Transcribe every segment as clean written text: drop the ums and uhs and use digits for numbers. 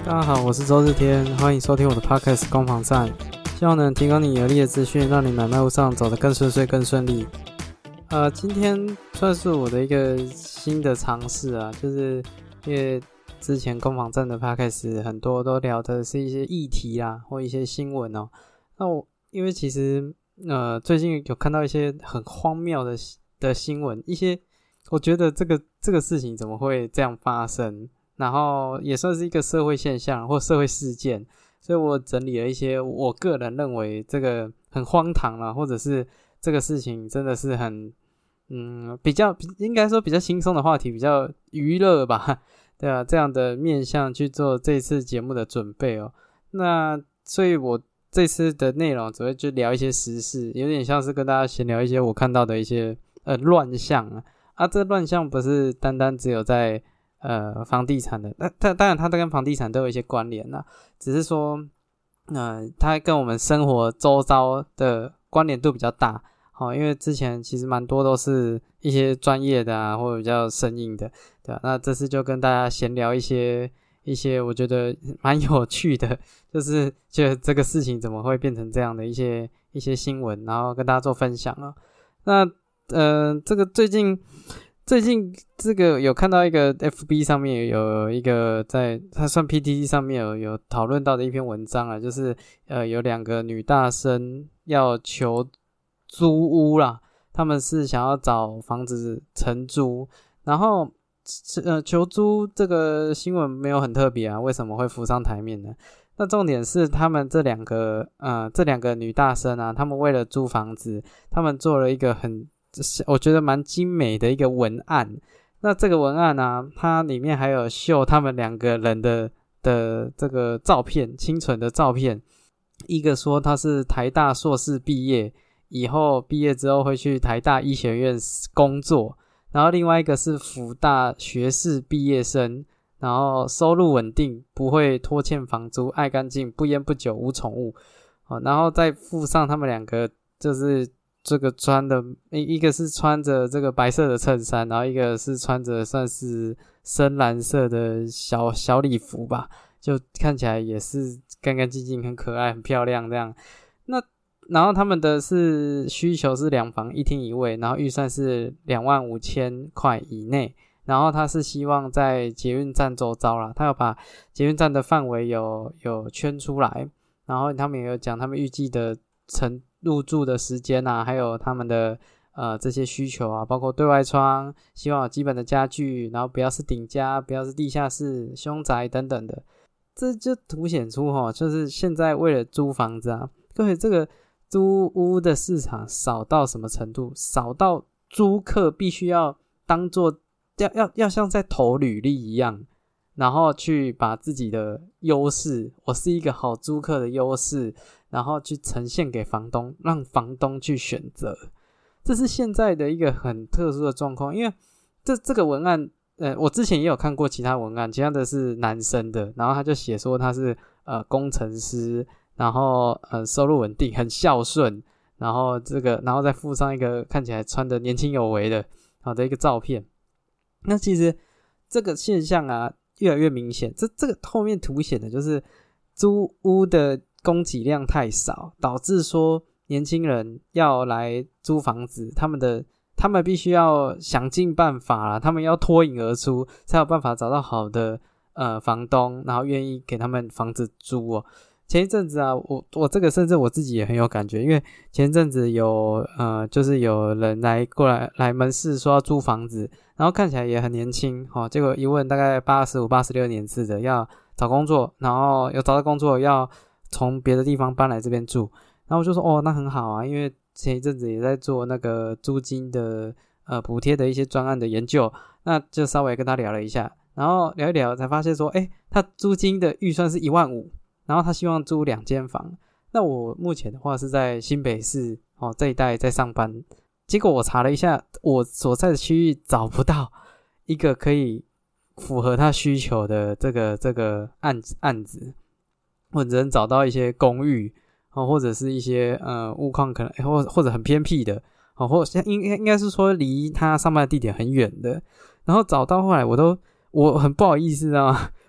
大家好，我是周日天，欢迎收听我的 Podcast 攻防战，希望能提供你有力的资讯，让你买卖路上走得更顺遂、更顺利。今天算是我的一个新的尝试啊，就是因为之前攻防战的 Podcast 很多都聊的是一些议题啦，或一些新闻哦。那我因为其实最近有看到一些很荒谬的新闻，一些我觉得这个事情怎么会这样发生？然后也算是一个社会现象或社会事件，所以我整理了一些我个人认为这个很荒唐啦，或者是这个事情真的是很比较应该说比较轻松的话题，比较娱乐吧，对啊，这样的面向去做这次节目的准备哦。那所以我这次的内容只会就聊一些时事，有点像是跟大家闲聊一些我看到的一些乱象啊，这乱象不是单单只有在房地产的，当然它跟房地产都有一些关联啦，只是说它跟我们生活周遭的关联度比较大，因为之前其实蛮多都是一些专业的啊，或者比较生硬的，对吧？那这次就跟大家闲聊一些我觉得蛮有趣的，就是觉得这个事情怎么会变成这样的一些新闻，然后跟大家做分享啊。那这个最近这个有看到一个 FB 上面有一个它算 PTT 上面有讨论到的一篇文章啊，就是有2个女大生要求租屋啦，他们是想要找房子承租，然后求租这个新闻没有很特别啊，为什么会浮上台面呢？那重点是他们这两个女大生啊，他们为了租房子，他们做了一个我觉得蛮精美的一个文案。那这个文案啊，它里面还有秀他们2个人的这个照片，清纯的照片。一个说他是台大硕士毕业，以后毕业之后会去台大医学院工作，然后另外一个是辅大学士毕业生，然后收入稳定，不会拖欠房租，爱干净，不烟不酒，无宠物。然后再附上他们2个就是这个穿的，一个是穿着这个白色的衬衫，然后一个是穿着算是深蓝色的小礼服吧，就看起来也是干干净净，很可爱，很漂亮这样。那然后他们的需求是2房1厅1卫，然后预算是25,000块以内，然后他是希望在捷运站周遭啦，他有把捷运站的范围有圈出来，然后他们也有讲他们预计的入住的时间啊，还有他们的这些需求啊，包括对外窗，希望有基本的家具，然后不要是顶加，不要是地下室、凶宅等等的。这就凸显出就是现在为了租房子啊，各位这个租屋的市场少到什么程度？少到租客必须要当作要像在投履历一样，然后去把自己的优势，我是一个好租客的优势，然后去呈现给房东，让房东去选择。这是现在的一个很特殊的状况，因为这个文案我之前也有看过其他文案，其他的是男生的，然后他就写说他是工程师，然后收入稳定，很孝顺，然后然后再附上一个看起来穿得年轻有为的好的一个照片。那其实这个现象啊越来越明显，这个后面凸显的就是租屋的供给量太少，导致说年轻人要来租房子，他们必须要想尽办法啦，他们要脱颖而出，才有办法找到好的房东，然后愿意给他们房子租哦。前一阵子啊，我这个甚至我自己也很有感觉，因为前一阵子就是有人过来门市说要租房子，然后看起来也很年轻结果一问大概85、86年次的，要找工作，然后有找到工作要从别的地方搬来这边住，然后我就说那很好啊，因为前一阵子也在做那个租金的补贴的一些专案的研究，那就稍微跟他聊了一下，然后聊一聊才发现说他租金的预算是15000，然后他希望租2间房。那我目前的话是在新北市这一带在上班，结果我查了一下，我所在的区域找不到一个可以符合他需求的这个案子，我只能找到一些公寓或者是一些物况可能或者很偏僻的或应该是说离他上班的地点很远的，然后找到后来我很不好意思啊，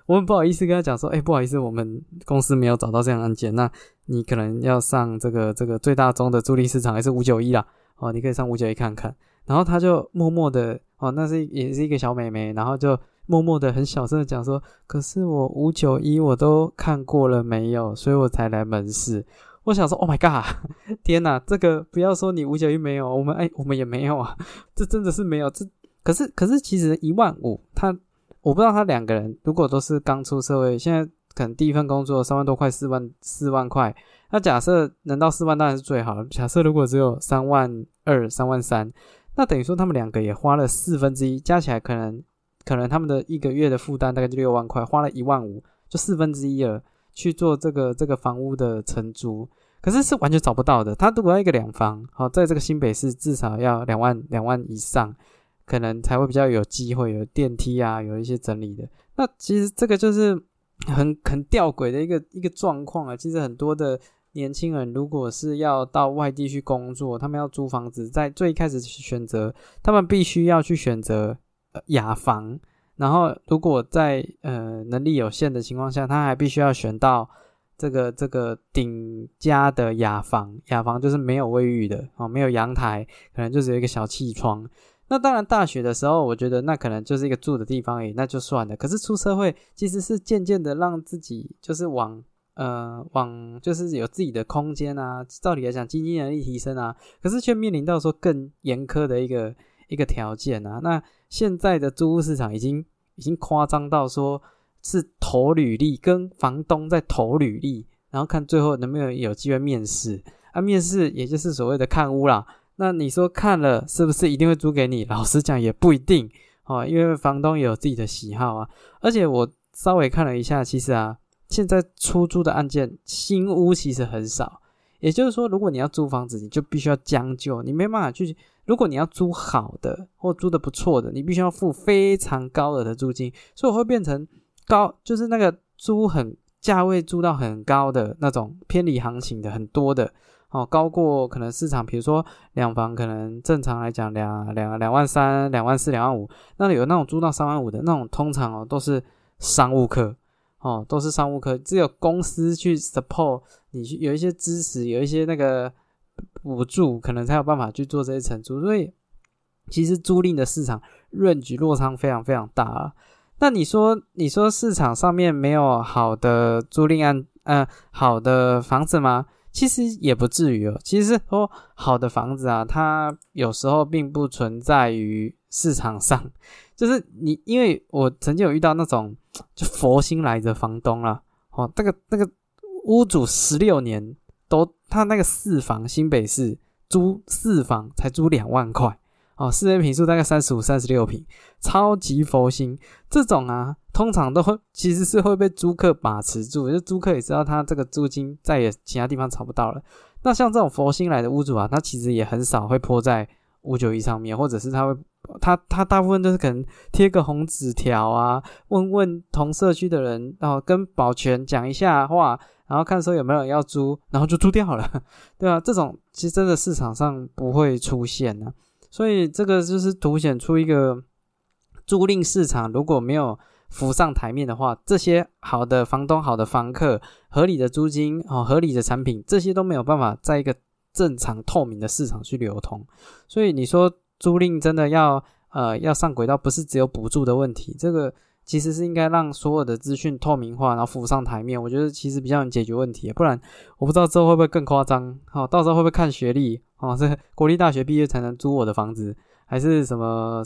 我很不好意思跟他讲说，不好意思，我们公司没有找到这样的案件，那你可能要上这个最大宗的租赁市场，还是591啦，你可以上591看看。然后他就默默的，也是一个小妹妹，然后就默默的很小声的讲说，可是我591我都看过了没有，所以我才来门市。我想说 Oh my god 天哪，这个不要说你591没有，我们也没有啊，这真的是没有。可是其实15000，我不知道他两个人如果都是刚出社会，现在可能第一份工作3万多块4万块，那假设能到4万当然是最好了，假设如果只有3万2 3万3，那等于说他们两个也花了1/4，加起来可能他们的一个月的负担大概就6万块，花了15000，就1/4了去做这个房屋的承租。可是完全找不到的，他如果要一个2房，在这个新北市至少要2万以上，可能才会比较有机会，有电梯啊，有一些整理的。那其实这个就是很吊诡的一个状况啊。其实很多的年轻人如果是要到外地去工作，他们要租房子，在最一开始选择，他们必须要去选择雅房，然后如果在能力有限的情况下，他还必须要选到这个顶家的雅房。雅房就是没有卫浴的，没有阳台，可能就只有一个小气窗。那当然大学的时候我觉得那可能就是一个住的地方而已，那就算了。可是出社会其实是渐渐的让自己就是往就是有自己的空间啊，照理来讲经济能力提升啊，可是却面临到说更严苛的一个条件啊。那现在的租屋市场已经夸张到说是投履历，跟房东在投履历，然后看最后能不能有机会面试啊。面试也就是所谓的看屋啦。那你说看了是不是一定会租给你？老实讲也不一定因为房东也有自己的喜好啊。而且我稍微看了一下，其实啊，现在出租的案件新屋其实很少。也就是说，如果你要租房子，你就必须要将就，你没办法去。如果你要租好的或租的不错的，你必须要付非常高额的租金，所以我会变成就是那个价位租到很高的那种偏离行情的很多的。高过可能市场，比如说2房可能正常来讲2万3、2万4、2万5，那有那种租到3万5的那种，通常都是商务客都是商务客，只有公司去 support 你，有一些支持，有一些那个补助，可能才有办法去做这些承租。所以其实租赁的市场 range 落差非常非常大啊。那你说市场上面没有好的租赁好的房子吗？其实也不至于其实说好的房子啊，它有时候并不存在于市场上。就是因为我曾经有遇到那种就佛心来的房东啦，那个屋主16年他那个4房新北市租4房才租2万块室内坪数大概35、36坪，超级佛心。这种啊，通常其实是会被租客把持住，就租客也知道他这个租金再也其他地方炒不到了。那像这种佛心来的屋主啊，他其实也很少会泼在591上面，或者是他大部分都是可能贴个红纸条啊，问问同社区的人，然后跟保全讲一下话，然后看说有没有人要租，然后就租掉了，对啊，这种其实真的市场上不会出现啊。所以这个就是凸显出一个租赁市场如果没有浮上台面的话，这些好的房东、好的房客、合理的租金、合理的产品，这些都没有办法在一个正常透明的市场去流通。所以你说租赁真的要上轨道，不是只有补助的问题，这个其实是应该让所有的资讯透明化，然后浮上台面。我觉得其实比较能解决问题，不然我不知道之后会不会更夸张。到时候会不会看学历这国立大学毕业才能租我的房子，还是什么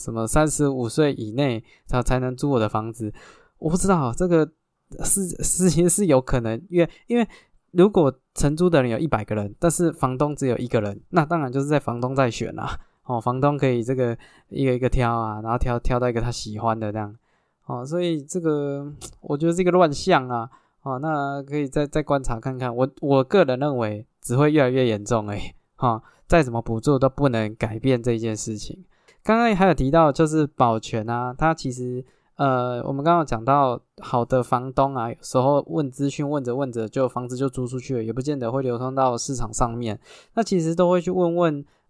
35岁以内才能租我的房子？我不知道，这个事情是有可能，因为如果承租的人有100个人，但是房东只有1个人，那当然就是在房东在选啦。房东可以这个一个一个挑啊，然后挑到一个他喜欢的这样。所以这个我觉得是一个乱象啊。那可以再观察看看。我个人认为只会越来越严重而已。再怎么补助都不能改变这件事情。刚刚还有提到就是保全啊，他其实我们刚刚讲到好的房东啊，有时候问资讯问着就房子就租出去了，也不见得会流通到市场上面。那其实都会去问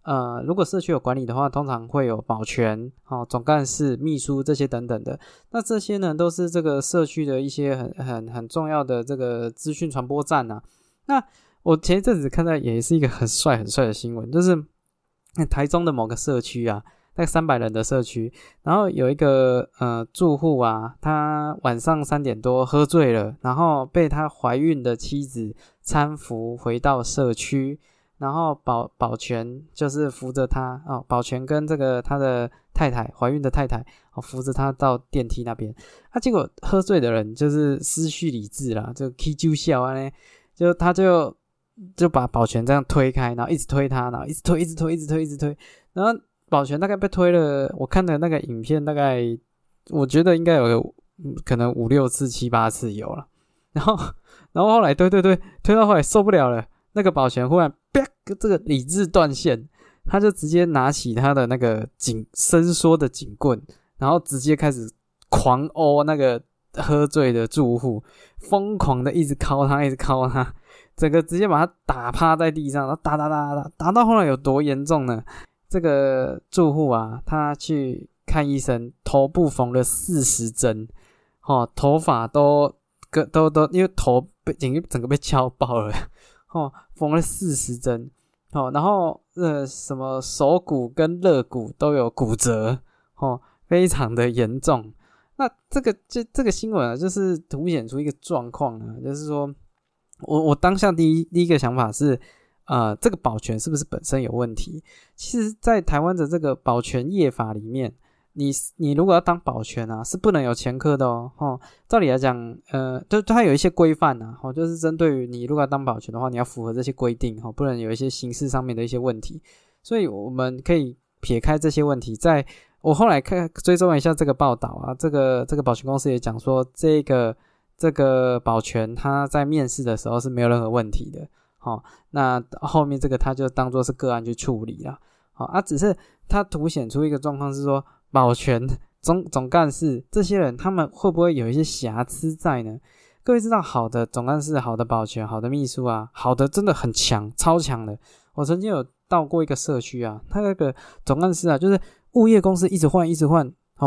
如果社区有管理的话，通常会有保全、总干事、秘书这些等等的。那这些呢，都是这个社区的一些很重要的这个资讯传播站啊。那我前一阵子看到也是一个很帅的新闻，就是台中的某个社区啊，大概300人的社区，然后有一个住户啊，他晚上3点多喝醉了，然后被他怀孕的妻子搀扶回到社区。然后保全就是扶着他保全跟这个他的太太怀孕的太太扶着他到电梯那边。结果喝醉的人就是失去理智啦，就起酒笑啊呢，他就把保全这样推开，然后一直推他，然后一直推，然后保全大概被推了，我看的那个影片大概我觉得应该有可能5-6次7-8次有了。然后后来推到后来受不了了，那个保全忽然啪，这个理智断线，他就直接拿起他的那个伸缩的警棍，然后直接开始狂殴那个喝醉的住户，疯狂的一直敲他，整个直接把他打趴在地上，然后打到后来有多严重呢？这个住户啊，他去看医生，头部缝了40针，头发都因为头整个被敲爆了。缝了40针，然后什么手骨跟肋骨都有骨折，非常的严重。那这个新闻啊，就是凸显出一个状况啊，就是说我当下第一个想法是这个保全是不是本身有问题？其实在台湾的这个保全业法里面，你如果要当保全啊，是不能有前科的哦。照理来讲，就它有一些规范啊，就是针对于你如果要当保全的话，你要符合这些规定，不能有一些刑事上面的一些问题。所以我们可以撇开这些问题，在我后来追踪了一下这个报道啊，这个保全公司也讲说，这个保全他在面试的时候是没有任何问题的。那后面这个他就当作是个案去处理啦。只是他凸显出一个状况是说，保全总干事这些人他们会不会有一些瑕疵在呢？各位知道，好的总干事、好的保全、好的秘书啊，好的真的很强，超强的。我曾经有到过一个社区啊，他那个总干事啊，就是物业公司一直换一直换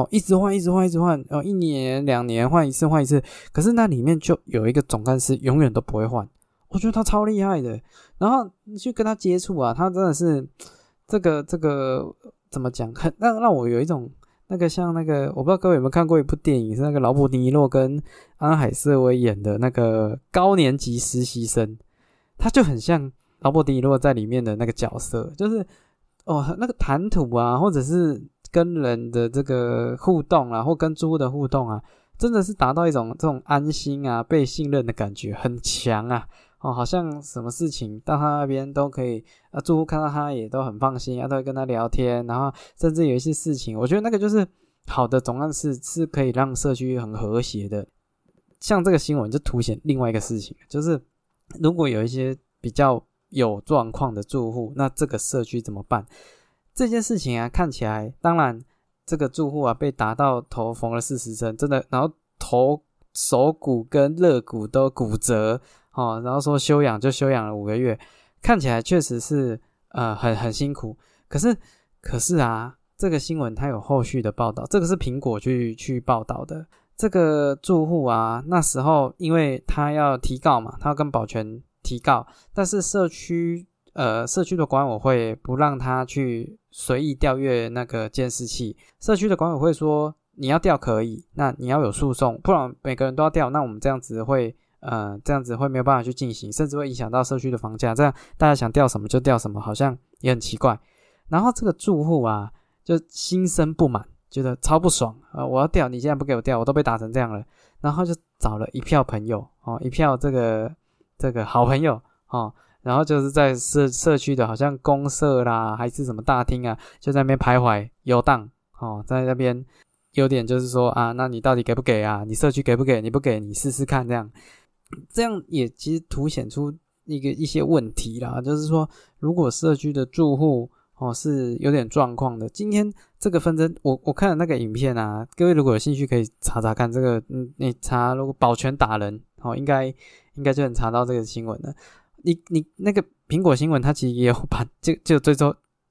，1年2年换一次，可是那里面就有一个总干事永远都不会换，我觉得他超厉害的。然后你去跟他接触啊，他真的是这个怎么讲，很让我有一种那个像那个，我不知道各位有没有看过一部电影，是那个劳勃尼洛跟安海瑟薇演的那个高年级实习生，他就很像劳勃尼洛在里面的那个角色，就是那个谈吐啊，或者是跟人的这个互动啊，或跟猪的互动啊，真的是达到一种这种安心啊、被信任的感觉，很强啊。好像什么事情到他那边都可以，住户看到他也都很放心，都会跟他聊天，然后甚至有一些事情，我觉得那个就是好的总干事是可以让社区很和谐的。像这个新闻就凸显另外一个事情，就是如果有一些比较有状况的住户，那这个社区怎么办？这件事情啊，看起来当然这个住户啊被打到头缝了40针，真的，然后手骨跟肋骨都骨折。然后说休养就休养了5个月，看起来确实是很辛苦。可是啊，这个新闻它有后续的报道，这个是苹果去报道的。这个住户啊，那时候因为他要提告嘛，他要跟保全提告，但是社区的管委会不让他去随意调阅那个监视器。社区的管委会说，你要调可以，那你要有诉讼，不然每个人都要调，那我们这样子会没有办法去进行，甚至会影响到社区的房价，这样大家想调什么就调什么，好像也很奇怪。然后这个住户啊，就心生不满，觉得超不爽我要调，你现在不给我调，我都被打成这样了。然后就找了一票朋友一票这个好朋友然后就是在社区的好像公社啦，还是什么大厅啊，就在那边徘徊游荡在那边有点就是说啊，那你到底给不给啊？你社区给不给？你不给，你试试看这样也其实凸显出一些问题啦，就是说如果社区的住户是有点状况的，今天这个纷争，我看了那个影片啊，各位如果有兴趣可以查查看这个，你查如果保全打人应该就能查到这个新闻了。你那个苹果新闻它其实也有把就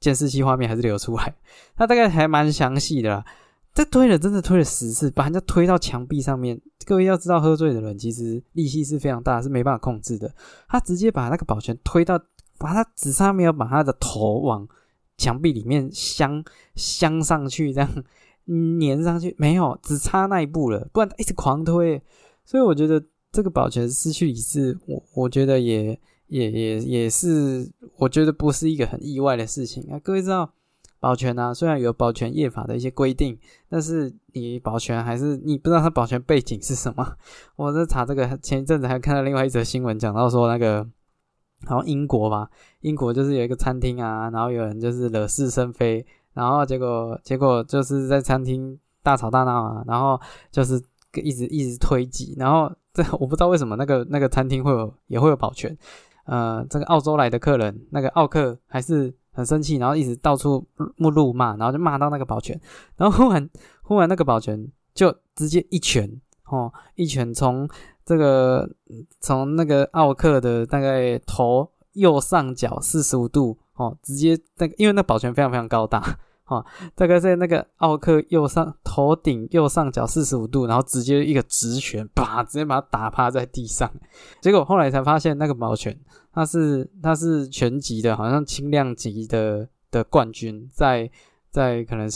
监视器画面还是流出来，他大概还蛮详细的啦。这真的推了10次，把人家推到墙壁上面。各位要知道，喝醉的人其实力气是非常大，是没办法控制的。他直接把那个保全推到，把他只差没有把他的头往墙壁里面镶上去，这样粘上去，没有，只差那一步了，不然他一直狂推。所以我觉得这个保全失去理智，我觉得也是，我觉得不是一个很意外的事情啊。各位知道，保全啊，虽然有保全业法的一些规定，但是你保全还是你不知道他保全背景是什么。我在查这个，前一阵子还看到另外一则新闻，讲到说那个好像英国吧，英国就是有一个餐厅啊，然后有人就是惹是生非，然后结果就是在餐厅大吵大闹啊，然后就是一直推挤，然后我不知道为什么那个餐厅也会有保全。这个澳洲来的客人，那个澳客还是很生气，然后一直到处怒骂，然后就骂到那个保全，然后忽然那个保全就直接一拳从那个奥克的大概头右上角45度直接因为那保全非常非常高大大概在那个奥克头顶右上角45度，然后直接一个直拳，直接把他打趴在地上。结果后来才发现那个保全他是拳击的，好像轻量级的冠军，在可能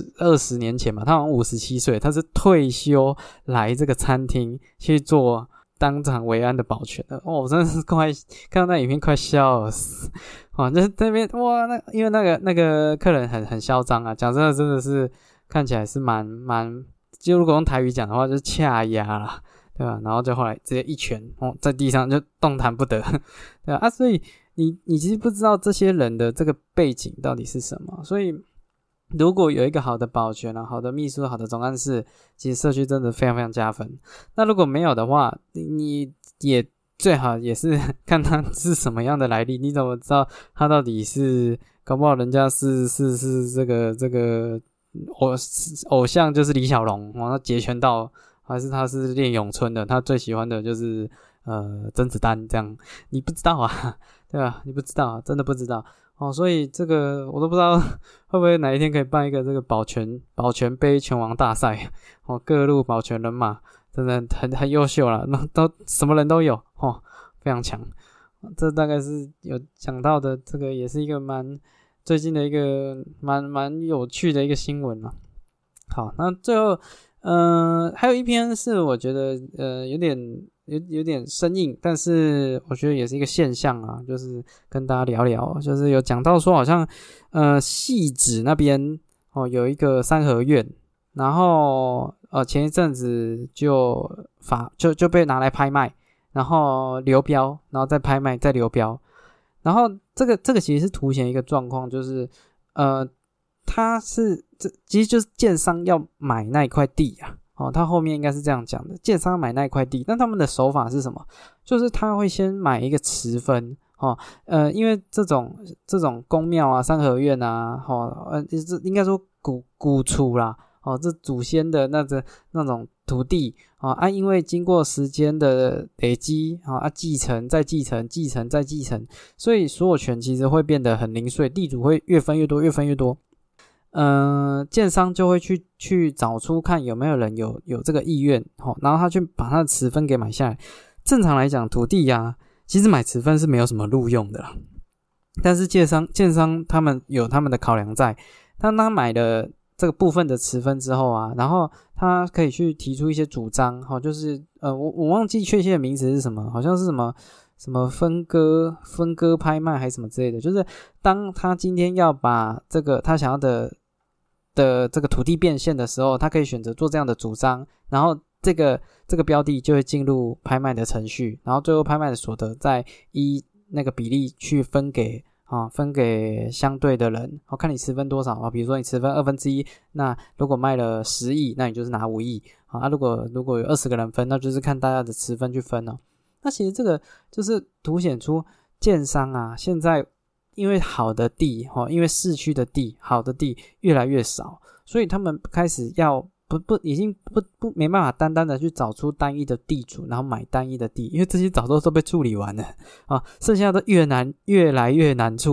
20年前吧，他好像57岁，他是退休来这个餐厅去做当场维安的保全的。我真的是看到那影片快笑死就是那边哇，因为那个客人很嚣张啊，讲真的，真的是看起来是蛮，就如果用台语讲的话，就是恰压啦，对吧？然后就后来直接一拳在地上就动弹不得，对吧？所以你其实不知道这些人的这个背景到底是什么，所以如果有一个好的保全好的秘书、好的总干事，其实社区真的非常非常加分。那如果没有的话，你也最好也是看他是什么样的来历，你怎么知道他到底是搞不好人家是这个偶像就是李小龙他截拳道，还是他是练咏春的，他最喜欢的就是甄子丹这样，你不知道啊，对吧？你不知道，真的不知道所以这个我都不知道会不会哪一天可以办一个这个保全杯拳王大赛各路保全人马真的很优秀啦，都什么人都有非常强。这大概是有讲到的，这个也是一个最近的一个蛮有趣的一个新闻啦。好，那最后还有一篇是我觉得有点生硬，但是我觉得也是一个现象啊，就是跟大家聊聊，就是有讲到说好像汐止那边有一个三合院，然后前一阵子就被拿来拍卖，然后流标，然后再拍卖再流标，然后这个其实是凸显一个状况，就是其实就是建商要买那一块地啊。他后面应该是这样讲的，建商买那一块地，但他们的手法是什么？就是他会先买一个持分因为这种宫庙啊、三合院啊应该说古厝啦这祖先的那种土地因为经过时间的累积继承再继承，继承再继承，所以所有权其实会变得很零碎，地主会越分越多，越分越多。建商就会去找出看有没有人有这个意愿然后他去把他的持分给买下来。正常来讲土地其实买持分是没有什么路用的啦，但是建商他们有他们的考量在，当他买了这个部分的持分之后然后他可以去提出一些主张就是我忘记确切的名词是什么，好像是什么分割拍卖还是什么之类的，就是当他今天要把这个他想要的这个土地变现的时候，他可以选择做这样的主张，然后这个标的就会进入拍卖的程序，然后最后拍卖的所得再依那个比例去分给相对的人看你持分多少比如说你持分1/2，那如果卖了10亿，那你就是拿5亿如果有20个人分，那就是看大家的持分去分那其实这个就是凸显出建商现在因为好的地因为市区的地好的地越来越少，所以他们开始要已经不没办法单单的去找出单一的地主，然后买单一的地，因为这些早都被处理完了剩下的越来越难处理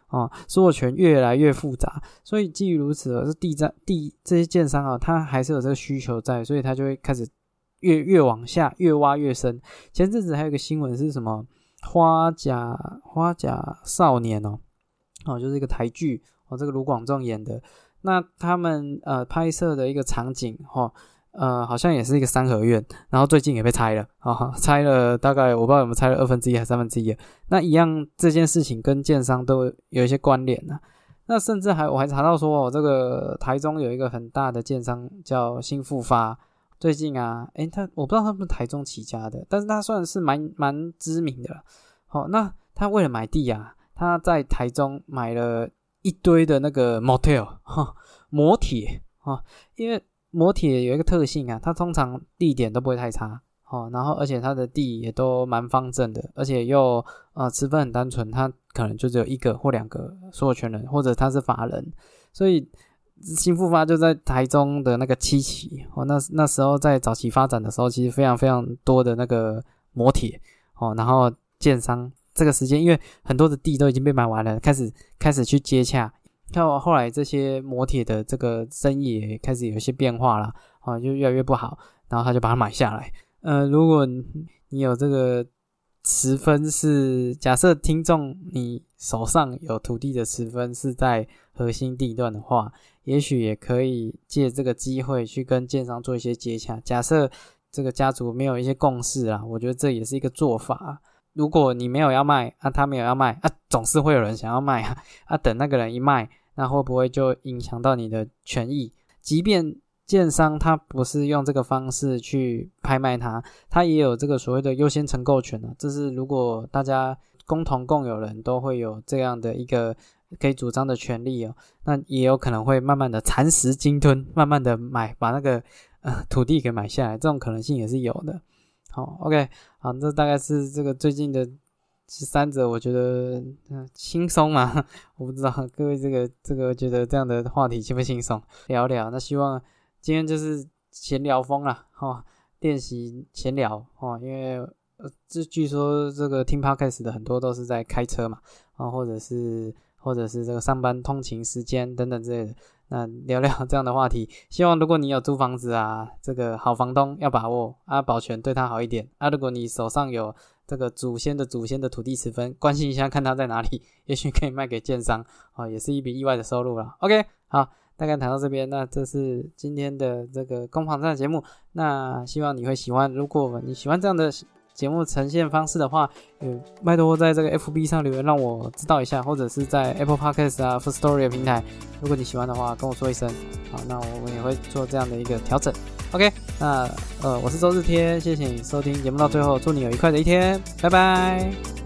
所有权越来越复杂，所以基于如此是这些建商他还是有这个需求在，所以他就会开始越往下越挖越深。前阵子还有一个新闻是什么花甲少年就是一个台剧这个卢广仲演的，那他们拍摄的一个场景好像也是一个三合院，然后最近也被拆了拆了大概我不知道有没有拆了1/2还是1/3，那一样这件事情跟建商都有一些关联那甚至我还查到说这个台中有一个很大的建商叫新复发，最近我不知道他们台中起家的，但是他算是蛮知名的了那他为了买地他在台中买了一堆的那个 motel 摩铁因为摩铁有一个特性它通常地点都不会太差然后而且它的地也都蛮方正的，而且又持分很单纯，它可能就只有1个或2个所有权人，或者他是法人，所以新复发就在台中的那个七期那时候在早期发展的时候，其实非常非常多的那个摩铁然后建商这个时间因为很多的地都已经被买完了，开始去接洽，到后来这些摩铁的这个生意也开始有一些变化了就越来越不好，然后他就把它买下来。如果你有这个持分是假设听众你手上有土地的持分是在核心地段的话，也许也可以借这个机会去跟建商做一些接洽，假设这个家族没有一些共识我觉得这也是一个做法如果你没有要卖他没有要卖总是会有人想要卖等那个人一卖，那会不会就影响到你的权益？即便建商他不是用这个方式去拍卖他也有这个所谓的优先承购权这是如果大家共同共有人都会有这样的一个可以主张的权利那也有可能会慢慢的蚕食鲸吞，慢慢的把那个土地给买下来，这种可能性也是有的。好 ，OK， 好，这大概是这个最近的13则，我觉得轻松嘛，我不知道各位这个觉得这样的话题轻不轻松？聊聊，那希望今天就是闲聊风啦，练习闲聊因为据说这个听 podcast 的很多都是在开车嘛或者是这个上班通勤时间等等之类的，那聊聊这样的话题。希望如果你有租房子这个好房东要把握保全对他好一点如果你手上有这个祖先的土地持分，关心一下看他在哪里，也许可以卖给建商也是一笔意外的收入啦。 OK， 好，大概谈到这边，那这是今天的这个攻防战的节目，那希望你会喜欢。如果你喜欢这样的节目呈现方式的话，拜托在这个 FB 上留言让我知道一下，或者是在 Apple Podcast Firstory 的平台，如果你喜欢的话跟我说一声，好，那我们也会做这样的一个调整。 OK， 那我是周日天，谢谢你收听节目到最后，祝你有愉快的一天，拜拜。